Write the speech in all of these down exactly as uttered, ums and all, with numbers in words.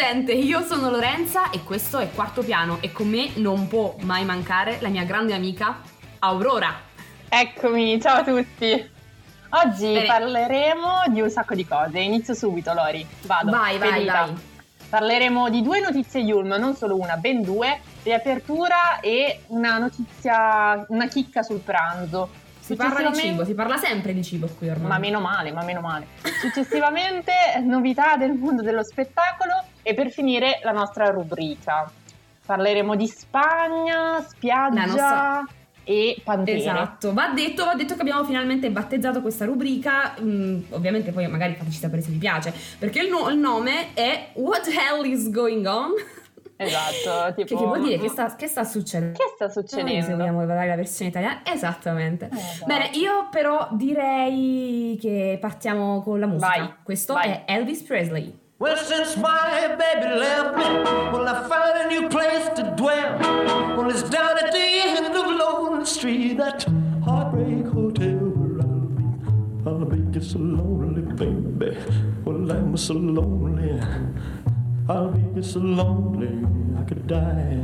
gente, io sono Lorenza e questo è Quarto Piano e con me non può mai mancare la mia grande amica Aurora. Eccomi, ciao a tutti. Oggi Bene. Parleremo di un sacco di cose. Inizio subito, Lori. Vado. Vai, vai, Spedita. vai. Parleremo di due notizie Yulm, non solo una, ben due, riapertura e una notizia, una chicca sul pranzo. Si parla di cibo, si parla sempre di cibo qui ormai. Ma meno male, ma meno male. Successivamente novità del mondo dello spettacolo e per finire la nostra rubrica. Parleremo di Spagna, spiaggia nostra... e Pantene. Esatto, va detto, va detto che abbiamo finalmente battezzato questa rubrica, mm, ovviamente poi magari fateci sapere se vi piace, perché il, no- il nome è What the Hell is Going On? Esatto, tipo... Che, che vuol dire? Che sta, che sta succedendo? Che sta succedendo? Se vogliamo dare la versione italiana. Esattamente. Eh, esatto. Bene, io però direi che partiamo con la musica. Vai, Questo vai. è Elvis Presley. Well, since my baby left me, well, I found a new place to dwell. Well, it's down at the end of Lonely Street, that heartbreak hotel where I'll be. I'll be just so lonely, baby. Well, I'm so lonely. I'll be just so lonely, I could die.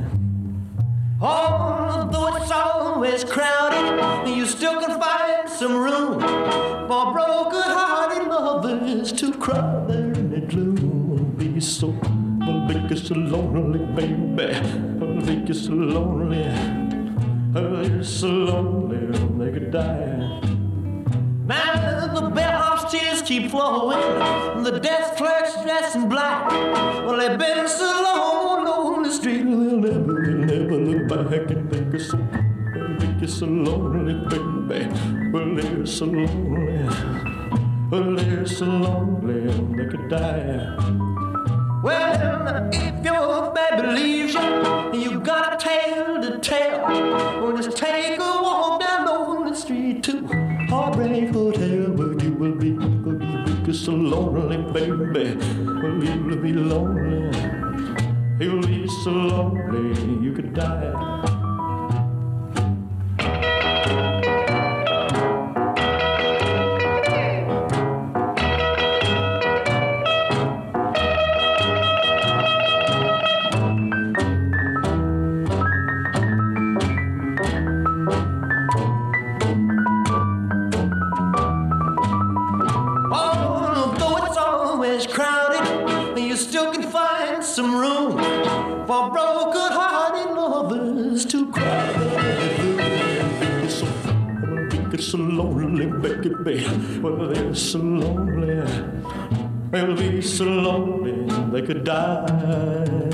Although it's always crowded, you still can find some room for broken-hearted lovers to cry there in the gloom. I'll be so, I'll be just so lonely, baby. I'll be just so lonely. I'll be just so lonely, they could die. Now the bellhop's tears keep flowing, the desk clerk's dressed in black. Well, they've been so long on the street, they'll never, they'll never look back and think it's so, think it's so lonely, baby. Well, they're so lonely, well, they're so lonely, they could die. Well, if your baby leaves you, you got a tale to tell. Well, just take a walk down on the street to Heartbreak Hotel, where you will be, will you be so lonely, baby. Well, you'll be lonely, you'll be so lonely, you could die. Some room for broken-hearted lovers to cry. I'll be so lonely, baby. Well, they're so lonely. They'll be so lonely they could die.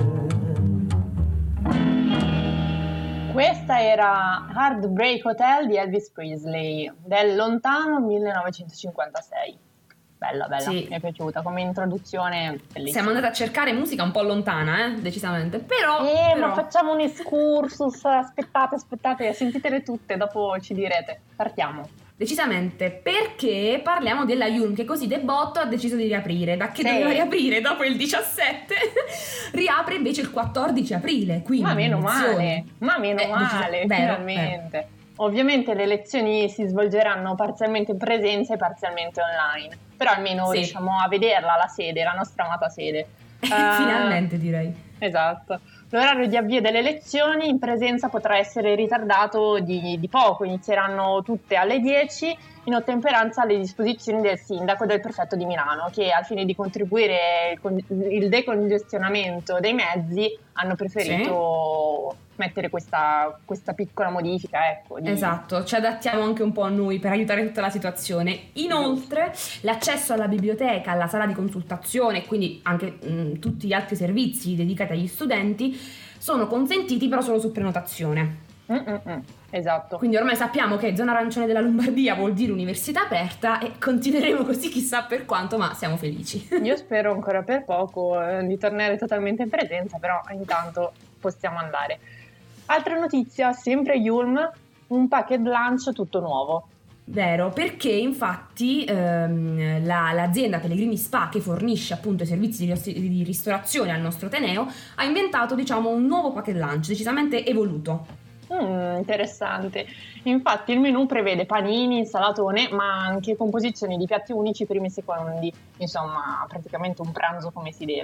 Questa era Heartbreak Hotel di Elvis Presley del lontano millenovecentocinquantasei. Bella, bella, sì. Mi è piaciuta come introduzione, bellissima. Siamo andati a cercare musica un po' lontana, eh, decisamente, però... Eh, però... ma facciamo un excursus, aspettate, aspettate, sentitele tutte, dopo ci direte. Partiamo. Decisamente, perché parliamo della Yulm, che così Debotto ha deciso di riaprire, da che Sì. doveva riaprire dopo il diciassette, riapre invece il quattordici aprile, quindi... Ma meno lezioni. male, ma meno Eh, male, decis- vero, finalmente. vero. Ovviamente le lezioni si svolgeranno parzialmente in presenza e parzialmente online, però almeno Sì. riusciamo a vederla, la sede, la nostra amata sede. Uh, Finalmente, direi. Esatto. L'orario di avvio delle lezioni in presenza potrà essere ritardato di, di poco, inizieranno tutte alle dieci in ottemperanza alle disposizioni del sindaco e del prefetto di Milano, che al fine di contribuire il, il decongestionamento dei mezzi hanno preferito sì. mettere questa, questa piccola modifica. Ecco, di... Esatto, ci adattiamo anche un po' a noi per aiutare tutta la situazione. Inoltre l'accesso alla biblioteca, alla sala di consultazione e quindi anche mh, tutti gli altri servizi dedicati agli studenti sono consentiti però solo su prenotazione. Mm-mm-mm. Esatto. Quindi ormai sappiamo che zona arancione della Lombardia vuol dire università aperta e continueremo così chissà per quanto, ma siamo felici. Io spero ancora per poco eh, di tornare totalmente in presenza, però intanto possiamo andare. Altra notizia, sempre Yulm, un packet lunch tutto nuovo. Vero, perché infatti ehm, la, l'azienda Pellegrini Spa, che fornisce appunto i servizi di, di ristorazione al nostro Ateneo, ha inventato diciamo un nuovo packet lunch decisamente evoluto. Mm, interessante. Infatti il menù prevede panini, insalatone, ma anche composizioni di piatti unici primi e secondi, insomma praticamente un pranzo come si deve.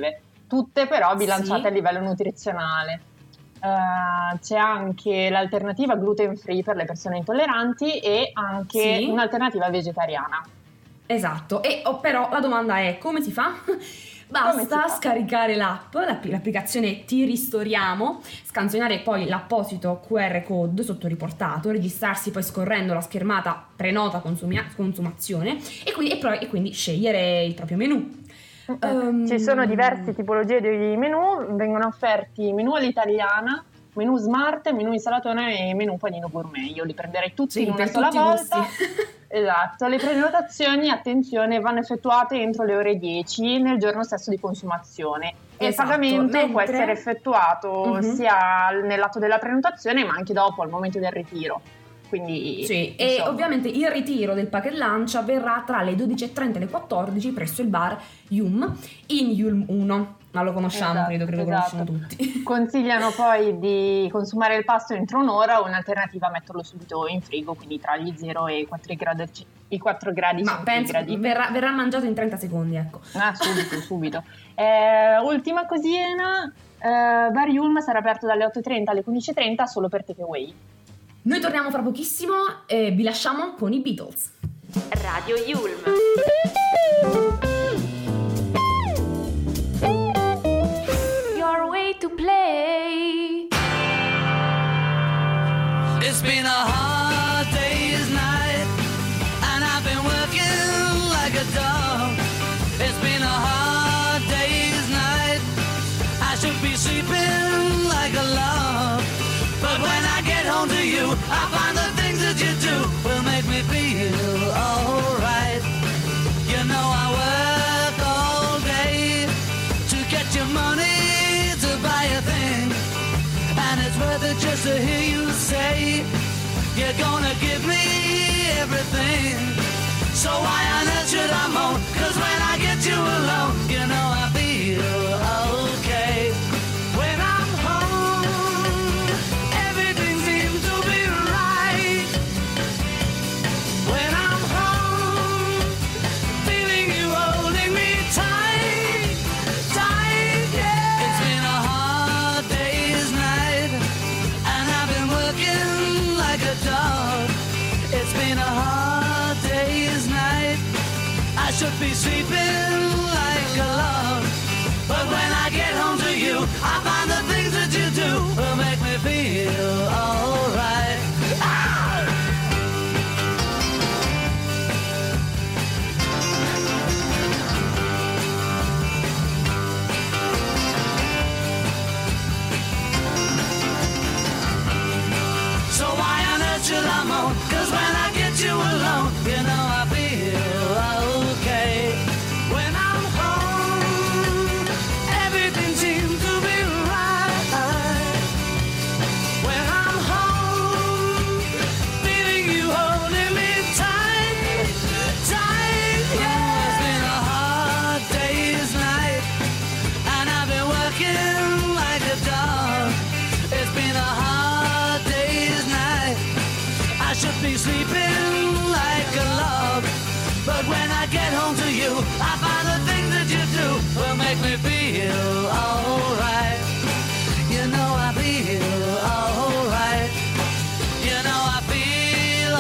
tutte però bilanciate Sì. a livello nutrizionale. Uh, c'è anche l'alternativa gluten free per le persone intolleranti e anche Sì. un'alternativa vegetariana. Esatto, e oh, però la domanda è come si fa? Basta si fa? scaricare l'app, l'app- l'applicazione Ti Ristoriamo, scansionare poi l'apposito Q R code sottoriportato, registrarsi poi scorrendo la schermata prenota consumia- consumazione e quindi, e poi- e quindi scegliere il proprio menù. Um, Ci sono diverse tipologie di menù, vengono offerti menù all'italiana, menù smart, menù insalatone e menù panino gourmet. Io li prenderei tutti Sì, in una per sola tutti i volta. gusti. Esatto, le prenotazioni, attenzione, vanno effettuate entro le ore dieci nel giorno stesso di consumazione. E Esatto, il pagamento mentre- può essere effettuato Mhm. sia nell'atto della prenotazione ma anche dopo, al momento del ritiro. Quindi, Sì, e insomma. ovviamente il ritiro del packet lunch avverrà tra le dodici e trenta e le quattordici presso il bar Yum in Yulm uno. Ma lo conosciamo, Esatto, credo che lo esatto. conosciamo tutti. Consigliano poi di consumare il pasto entro un'ora o un'alternativa metterlo subito in frigo, quindi tra gli zero e i quattro gradi, i quattro gradi Ma penso centigradi. verrà, verrà mangiato in trenta secondi, ecco. Ah, subito, subito. Eh, ultima cosina, eh, Bar Yulm sarà aperto dalle otto e trenta alle quindici e trenta solo per takeaway. Noi torniamo fra pochissimo e vi lasciamo con i Beatles. Radio Yulm. Your way to play. It's been a hard day's night, and I've been working like a dog. It's been a hard day's night, I should be sleeping like a log. But when I get home to you, I find the things that you do will make me feel alright. You know I work all day to get your money to buy a thing, and it's worth it just to hear you say you're gonna give me everything. So why on earth should I moan? Cause when I get you alone, you know I feel okay. When I'm home, everything seems to be right. When I'm home, feeling you holding me tight, tight, yeah. It's been a hard day's night, and I've been working like a dog. It's been a hard day's night, I should be sleeping like a log. But when I get home to you, I find the things that you do will make me feel alright. Ah! So why on earth should I moan? Cause when I get you alone, you know I feel okay. When I'm home, everything seems to be right. When I'm home, feeling you holding me tight, tight, yeah. It's been a hard day's night, and I've been working like a dog. It's been a hard day's night, I should be sleeping like a log. But when I get home to you, I find the things that you do will make me feel alright. You know I feel alright. You know I feel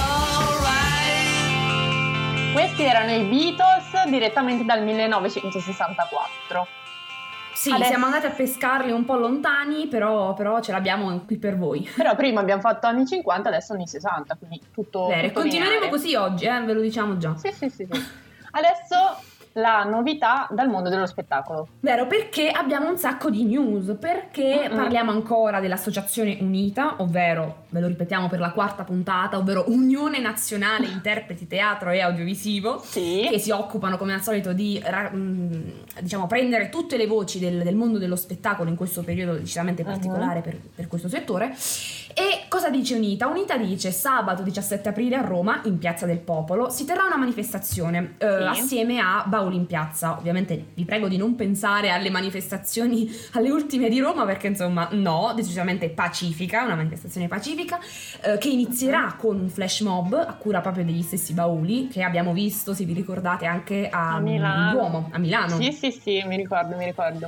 alright. Questi erano i Beatles direttamente dal millenovecentosessantaquattro. Sì, Adesso- siamo andati a pescarli un po' lontani, però, però ce l'abbiamo qui per voi. Però prima abbiamo fatto anni cinquanta, adesso anni sessanta, quindi tutto, Bene, tutto continueremo lineare. così oggi, eh, ve lo diciamo già. Sì, sì, sì, sì. Adesso la novità dal mondo dello spettacolo. Vero, perché abbiamo un sacco di news, perché Mm-mm. parliamo ancora dell'Associazione Unita, ovvero, ve lo ripetiamo per la quarta puntata, ovvero Unione Nazionale Interpreti Teatro e Audiovisivo, Sì. che si occupano come al solito di ra- mh, diciamo prendere tutte le voci del, del mondo dello spettacolo in questo periodo decisamente particolare per, per questo settore. E cosa dice Unita? Unita dice sabato diciassette aprile a Roma, in Piazza del Popolo, si terrà una manifestazione eh, Sì. assieme a Bauli in Piazza. Ovviamente vi prego di non pensare alle manifestazioni, alle ultime di Roma, perché insomma no, decisamente pacifica, una manifestazione pacifica, eh, che inizierà con un flash mob a cura proprio degli stessi Bauli, che abbiamo visto, se vi ricordate, anche a, A in Milano. Duomo, a Milano. Sì, sì, sì, mi ricordo, mi ricordo.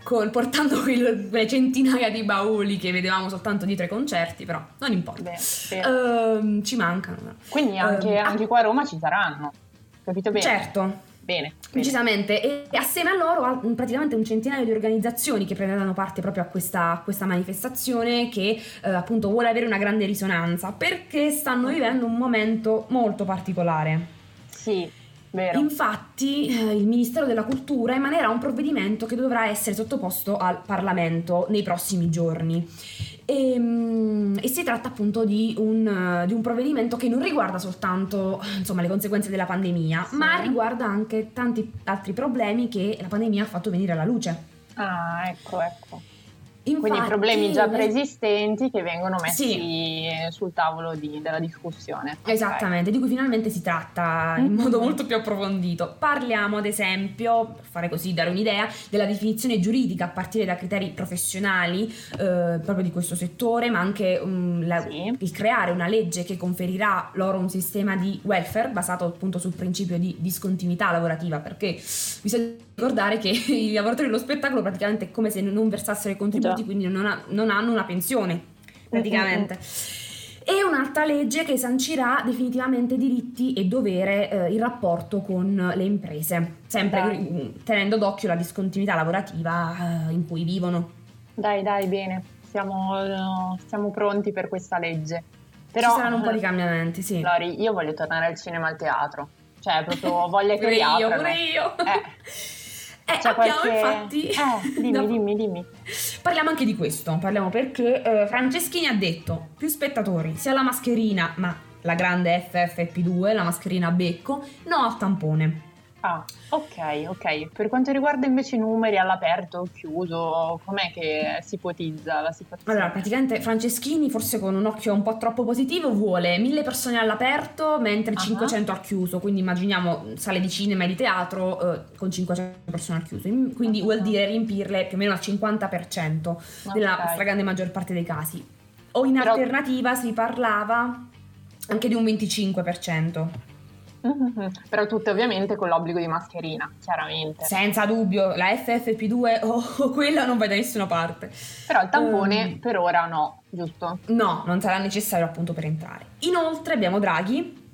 con, portando quel, quelle centinaia di bauli che vedevamo soltanto dietro ai concerti, però non importa. Beh, sì. Uh, ci mancano. Quindi anche, Uh, anche qua a Roma ci saranno, capito bene? Certo. Bene, bene. Decisamente, e assieme a loro ha praticamente un centinaio di organizzazioni che prenderanno parte proprio a questa, a questa manifestazione che eh, appunto vuole avere una grande risonanza, perché stanno vivendo un momento molto particolare. Sì, vero. Infatti eh, il Ministero della Cultura emanerà un provvedimento che dovrà essere sottoposto al Parlamento nei prossimi giorni. E, mm, e si tratta appunto di un, uh, di un provvedimento che non riguarda soltanto insomma le conseguenze della pandemia, sì. ma riguarda anche tanti altri problemi che la pandemia ha fatto venire alla luce. Ah, ecco, ecco. Infatti, quindi problemi già preesistenti che vengono messi sì. sul tavolo di, della discussione. Esattamente, okay. Di cui finalmente si tratta in Mm-hmm. modo molto più approfondito. Parliamo ad esempio, per fare così, dare un'idea, della definizione giuridica a partire da criteri professionali eh, proprio di questo settore, ma anche um, la, sì. il creare una legge che conferirà loro un sistema di welfare basato appunto sul principio di discontinuità lavorativa, perché bisogna ricordare che i lavoratori dello spettacolo praticamente è come se non versassero i contributi, Già. quindi non, ha, non hanno una pensione praticamente. Mm-hmm. E un'altra legge che sancirà definitivamente diritti e dovere eh, in rapporto con le imprese, sempre dai. tenendo d'occhio la discontinuità lavorativa eh, in cui vivono. Dai, dai, bene, siamo, siamo pronti per questa legge. Però, ci saranno un po' di cambiamenti, sì. Lori, io voglio tornare al cinema e al teatro, cioè proprio voglio che pure io, riaprano. pure io. Eh. Eh, Cioè abbiamo qualche... infatti eh, dimmi, no. dimmi, dimmi. Parliamo anche di questo, parliamo perché eh, Franceschini ha detto più spettatori, sia la mascherina, ma la grande F F P due, la mascherina a becco, no al tampone. Ah, ok, ok. Per quanto riguarda invece i numeri all'aperto o chiuso, com'è che si ipotizza la situazione? Allora, praticamente Franceschini, forse con un occhio un po' troppo positivo, vuole mille persone all'aperto mentre uh-huh. cinquecento al chiuso, quindi immaginiamo sale di cinema e di teatro eh, con cinquecento persone al chiuso, quindi uh-huh. vuol dire riempirle più o meno al cinquanta per cento nella okay. stragrande maggior parte dei casi. O in Però... alternativa si parlava anche di un venticinque per cento. Mm-hmm. Però tutte ovviamente con l'obbligo di mascherina, chiaramente. Senza dubbio, la F F P due o oh, quella non va da nessuna parte. Però il tampone um, per ora no, giusto? No, non sarà necessario appunto per entrare. Inoltre abbiamo Draghi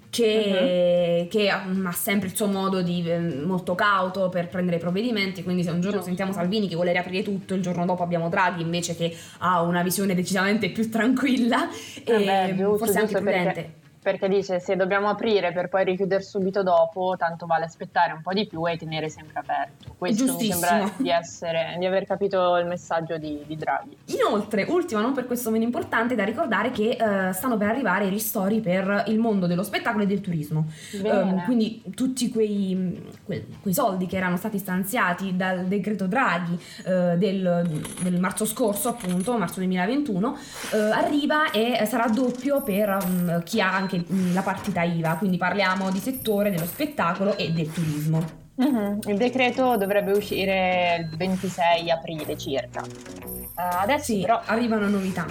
che, uh-huh. che ha, ha sempre il suo modo di eh, molto cauto per prendere i provvedimenti, quindi se un giorno sentiamo Salvini che vuole riaprire tutto, il giorno dopo abbiamo Draghi invece che ha una visione decisamente più tranquilla e Vabbè, giusto, forse anche giusto prudente. Perché... Perché dice se dobbiamo aprire per poi richiudere subito dopo, tanto vale aspettare un po' di più e tenere sempre aperto. Questo mi sembra di essere, di aver capito il messaggio di, di Draghi. Inoltre, ultima, non per questo meno importante, da ricordare che uh, stanno per arrivare i ristori per il mondo dello spettacolo e del turismo. Um, quindi tutti quei, quei, quei soldi che erano stati stanziati dal decreto Draghi uh, del, del marzo scorso, appunto, marzo duemilaventuno, uh, arriva e sarà doppio per um, chi ha anche la partita I V A, quindi parliamo di settore dello spettacolo e del turismo. Mm-hmm. Il decreto dovrebbe uscire il ventisei aprile circa. Uh, adesso sì, però arrivano novità.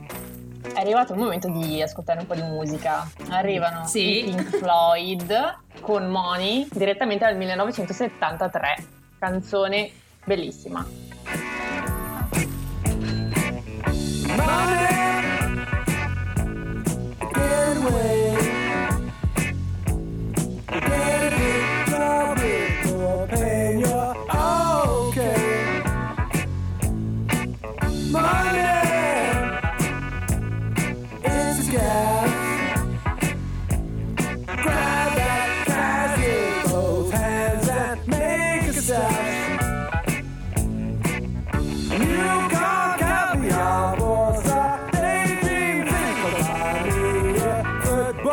È arrivato il momento di ascoltare un po' di musica. Arrivano sì. i Pink Floyd con Money direttamente dal millenovecentosettantatré, canzone bellissima. Money. Way. You get it trouble for paying your okay. Money, it's gas. Grab that cash with both hands and make a stash. You can't count me out, boys. Daydream, think about me.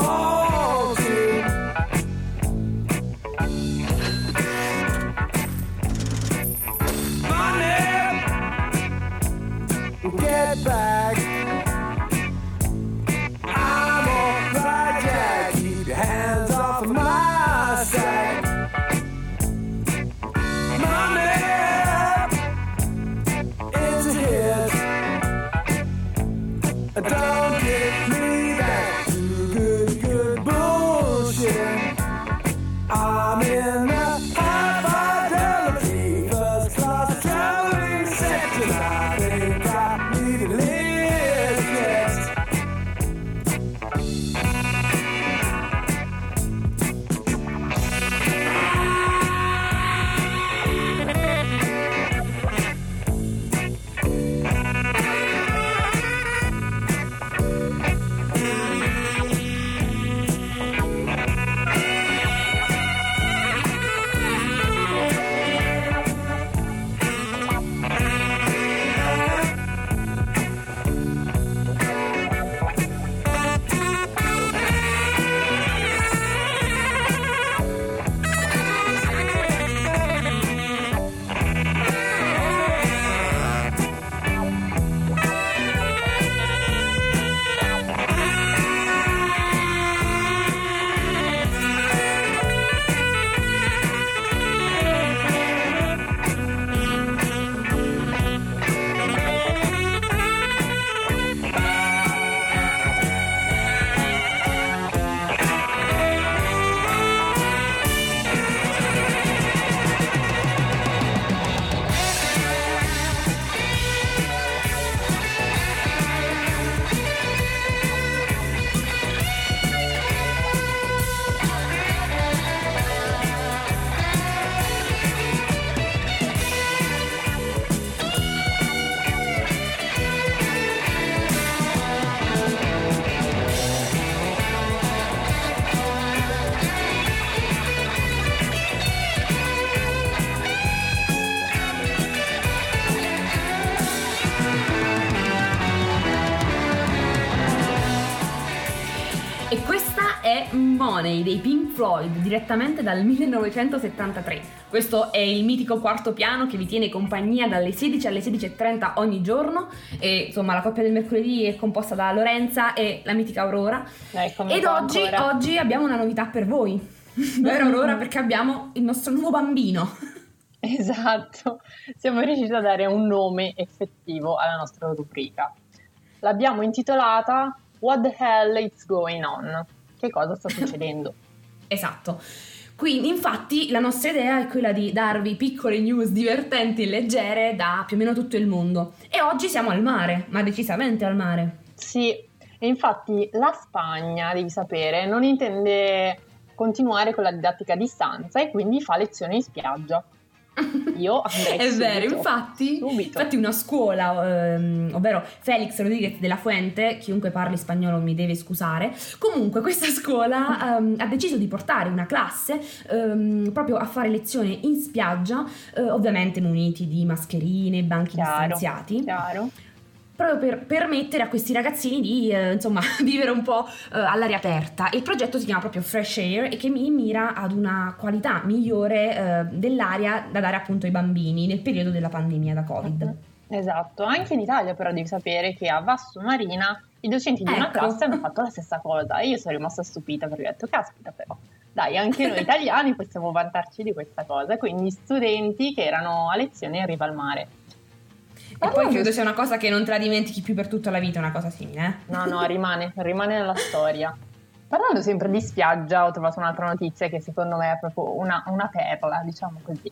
Money dei Pink Floyd, direttamente dal millenovecentosettantatré. Questo è il mitico quarto piano che vi tiene compagnia dalle sedici alle sedici e trenta ogni giorno. E insomma, la coppia del mercoledì è composta da Lorenza e la mitica Aurora. Eccomi Ed oggi, oggi abbiamo una novità per voi, vero Aurora? Perché abbiamo il nostro nuovo bambino. Esatto, siamo riusciti a dare un nome effettivo alla nostra rubrica. L'abbiamo intitolata What the Hell Is Going On? Che cosa sta succedendo? Esatto. Quindi infatti la nostra idea è quella di darvi piccole news divertenti e leggere da più o meno tutto il mondo. E oggi siamo al mare, ma decisamente al mare. Sì, e infatti la Spagna, devi sapere, non intende continuare con la didattica a distanza e quindi fa lezioni in spiaggia. Io andrei È subito, vero, infatti, subito. infatti una scuola, ehm, ovvero Félix Rodríguez de la Fuente, chiunque parli spagnolo mi deve scusare, comunque questa scuola ehm, ha deciso di portare una classe ehm, proprio a fare lezione in spiaggia, eh, ovviamente muniti di mascherine, banchi Chiaro, distanziati. chiaro. Proprio per permettere a questi ragazzini di eh, insomma vivere un po' eh, all'aria aperta. Il progetto si chiama proprio Fresh Air e che mi mira ad una qualità migliore eh, dell'aria da dare appunto ai bambini nel periodo della pandemia da Covid. Esatto, anche in Italia però devi sapere che a Vasto Marina i docenti di una Ecco. classe hanno fatto la stessa cosa e io sono rimasta stupita perché ho detto caspita però dai, anche noi italiani possiamo vantarci di questa cosa, quindi studenti che erano a lezione in riva al mare. E poi credo sia una cosa che non te la dimentichi più per tutta la vita, una cosa simile, eh? No, no, rimane, rimane nella storia. Parlando sempre di spiaggia, ho trovato un'altra notizia che secondo me è proprio una, una perla, diciamo così.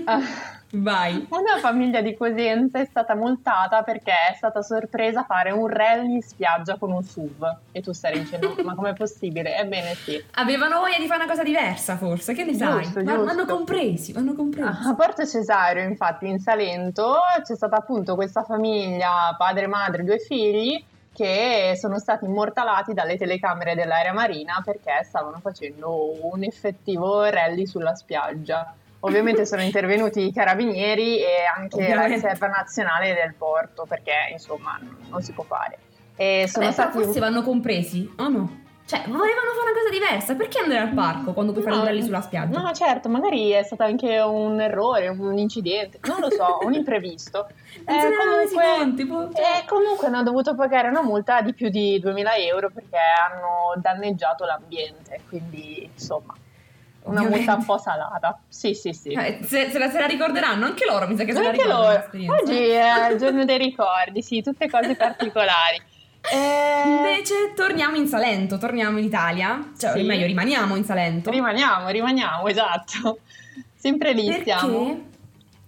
Vai. Una famiglia di Cosenza è stata multata perché è stata sorpresa a fare un rally in spiaggia con un S U V. E tu stai dicendo, ma com'è possibile? Ebbene sì. Avevano voglia di fare una cosa diversa, forse, che ne sai? Giusto, Ma giusto. vanno compresi, vanno compresi. A Porto Cesareo, infatti, in Salento, c'è stata appunto questa famiglia, padre, madre, due figli, che sono stati immortalati dalle telecamere dell'area marina perché stavano facendo un effettivo rally sulla spiaggia. Ovviamente sono intervenuti i carabinieri e anche Ovviamente. la riserva nazionale del porto perché insomma non, non si può fare. E sono Beh, però stati forse vanno compresi, o no? Cioè, volevano fare una cosa diversa, perché andare al parco quando puoi fare un rally sulla spiaggia? No, certo, magari è stato anche un errore, un incidente, non lo so, un imprevisto. Non se ne erano resi conti, po- eh, comunque hanno dovuto pagare una multa di più di duemila euro perché hanno danneggiato l'ambiente, quindi insomma una Ovviamente. multa un po' salata. Sì, sì, sì. Eh, se, se la, se la ricorderanno, anche loro, mi sa che se la Anche ricordano loro. l'esperienza. Oggi è il giorno dei ricordi, sì, tutte cose particolari. Eh, Invece torniamo in Salento, torniamo in Italia, cioè Sì. o meglio rimaniamo in Salento. rimaniamo, rimaniamo, esatto. Sempre lì Perché siamo.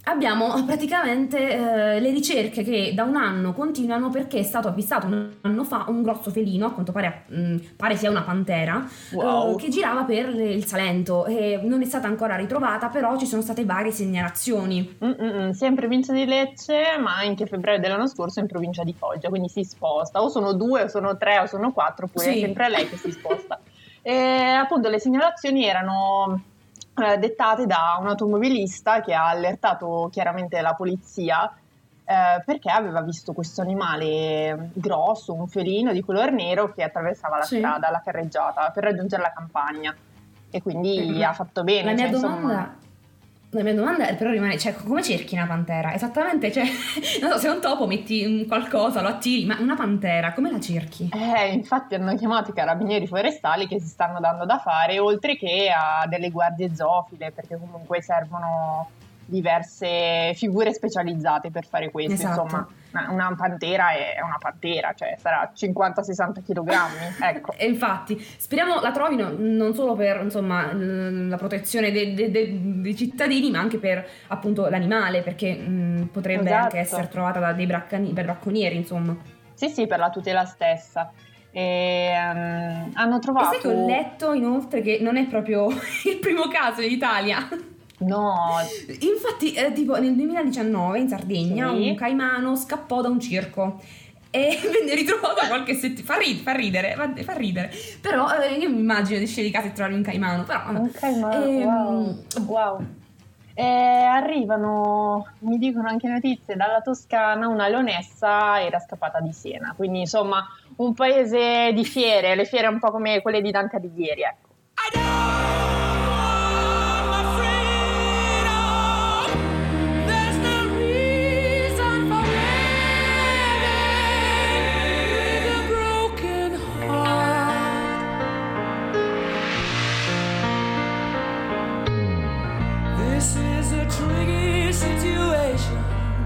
abbiamo praticamente eh, le ricerche che da un anno continuano perché è stato avvistato un anno fa un grosso felino, a quanto pare, mh, pare sia una pantera, Wow. eh, che girava per il Salento e non è stata ancora ritrovata, però ci sono state varie segnalazioni. Mm-mm, sia in provincia di Lecce, ma anche a febbraio dell'anno scorso in provincia di Foggia, quindi si sposta. O sono due, o sono tre, o sono quattro, oppure Sì. è sempre lei che si sposta. E appunto le segnalazioni erano eh, dettate da un automobilista che ha allertato chiaramente la polizia eh, perché aveva visto questo animale grosso, un felino di color nero che attraversava la Sì. strada, la carreggiata, per raggiungere la campagna. E quindi Mm. ha fatto bene. La mia cioè, insomma- domanda... La mia domanda però rimane, cioè, come cerchi una pantera? Esattamente, cioè, non so, se è un topo metti un qualcosa, lo attiri, ma una pantera, come la cerchi? Eh, infatti hanno chiamato i carabinieri forestali che si stanno dando da fare, oltre che a delle guardie zoofile, perché comunque servono diverse figure specializzate per fare questo. Esatto. Insomma, una- una pantera è una pantera, cioè sarà cinquanta sessanta chilogrammi, ecco. E infatti, speriamo la trovino non solo per, insomma, l- la protezione de- de- de- dei cittadini, ma anche per, appunto, l'animale, perché mh, potrebbe Esatto. anche essere trovata da dei braccani- per bracconieri, insomma. Sì, sì, per la tutela stessa. E, ehm, hanno E trovato... sai che ho letto inoltre che non è proprio il primo caso in Italia? No, Infatti, eh, tipo nel duemiladiciannove in Sardegna Sì. un caimano scappò da un circo e venne ritrovato qualche settimana. Fa, rid- fa ridere, fa, fa ridere. Però eh, io mi immagino di uscire di casa e trovare un caimano. Però, vabbè. un caimano, Ehm, wow. Wow. Eh, arrivano, mi dicono anche notizie dalla Toscana, una leonessa era scappata di Siena, quindi insomma un paese di fiere, le fiere un po' come quelle di Dante Alighieri, ecco. I don't want my freedom. There's no reason for living with a broken heart. This is a tricky situation.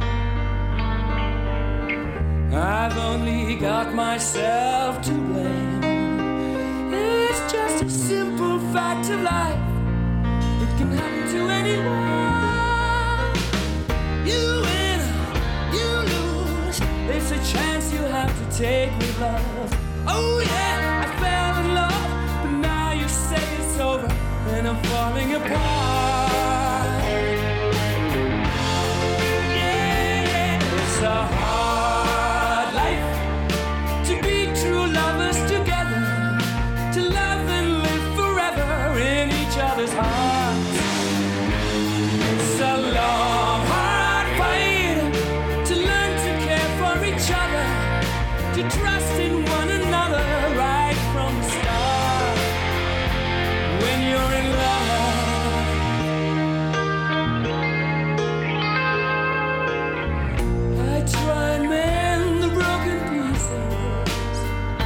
I've only got myself to blame. It's just a simple fact of life. It can happen to anyone. You win, you lose. It's a chance you have to take with love. Oh yeah, I fell in love, but now you say it's over and I'm falling apart. Yeah, yeah, it's a hard life to be true lovers together, to love and live forever in each other's hearts. It's a long, hard fight to learn to care for each other, to trust in one another right from the start. When you're in love, I try and mend the broken pieces.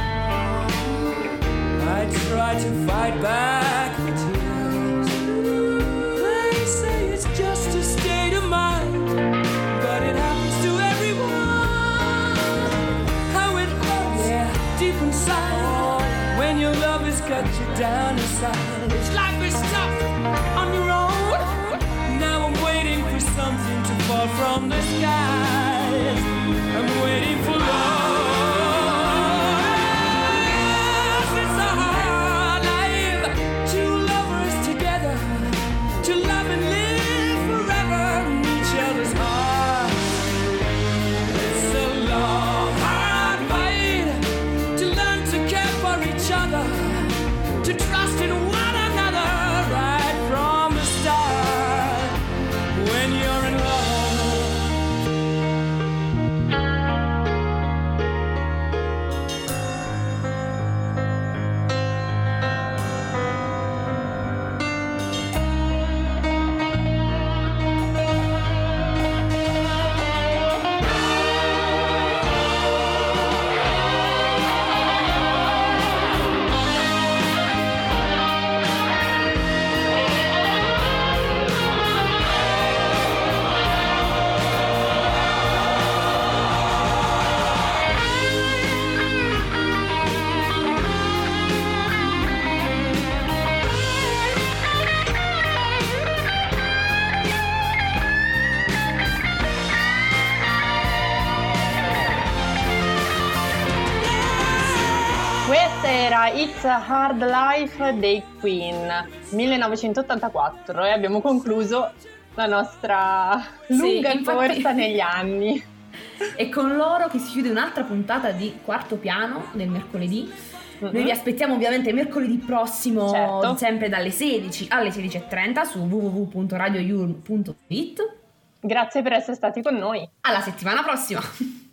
I try to fight back the tears. They say it's just a state of mind, but it happens to everyone. How it hurts, yeah, deep inside, when your love has cut you down inside. Life is tough on your own. Now I'm waiting for something to fall from the skies. I'm waiting for love. It's a hard life. Two lovers together, to love and live forever in each other's hearts. It's a long, hard fight to learn to care for each other, to trust in one another right from the start. When you're in love. It's a Hard Life dei Queen, millenovecentottantaquattro, e abbiamo concluso la nostra lunga sì, infatti... corsa negli anni. E con loro che si chiude un'altra puntata di Quarto Piano del mercoledì. Mm-hmm. Noi vi aspettiamo ovviamente mercoledì prossimo, certo, sempre dalle sedici alle sedici e trenta su w w w punto radio yulm punto it. Grazie per essere stati con noi. Alla settimana prossima!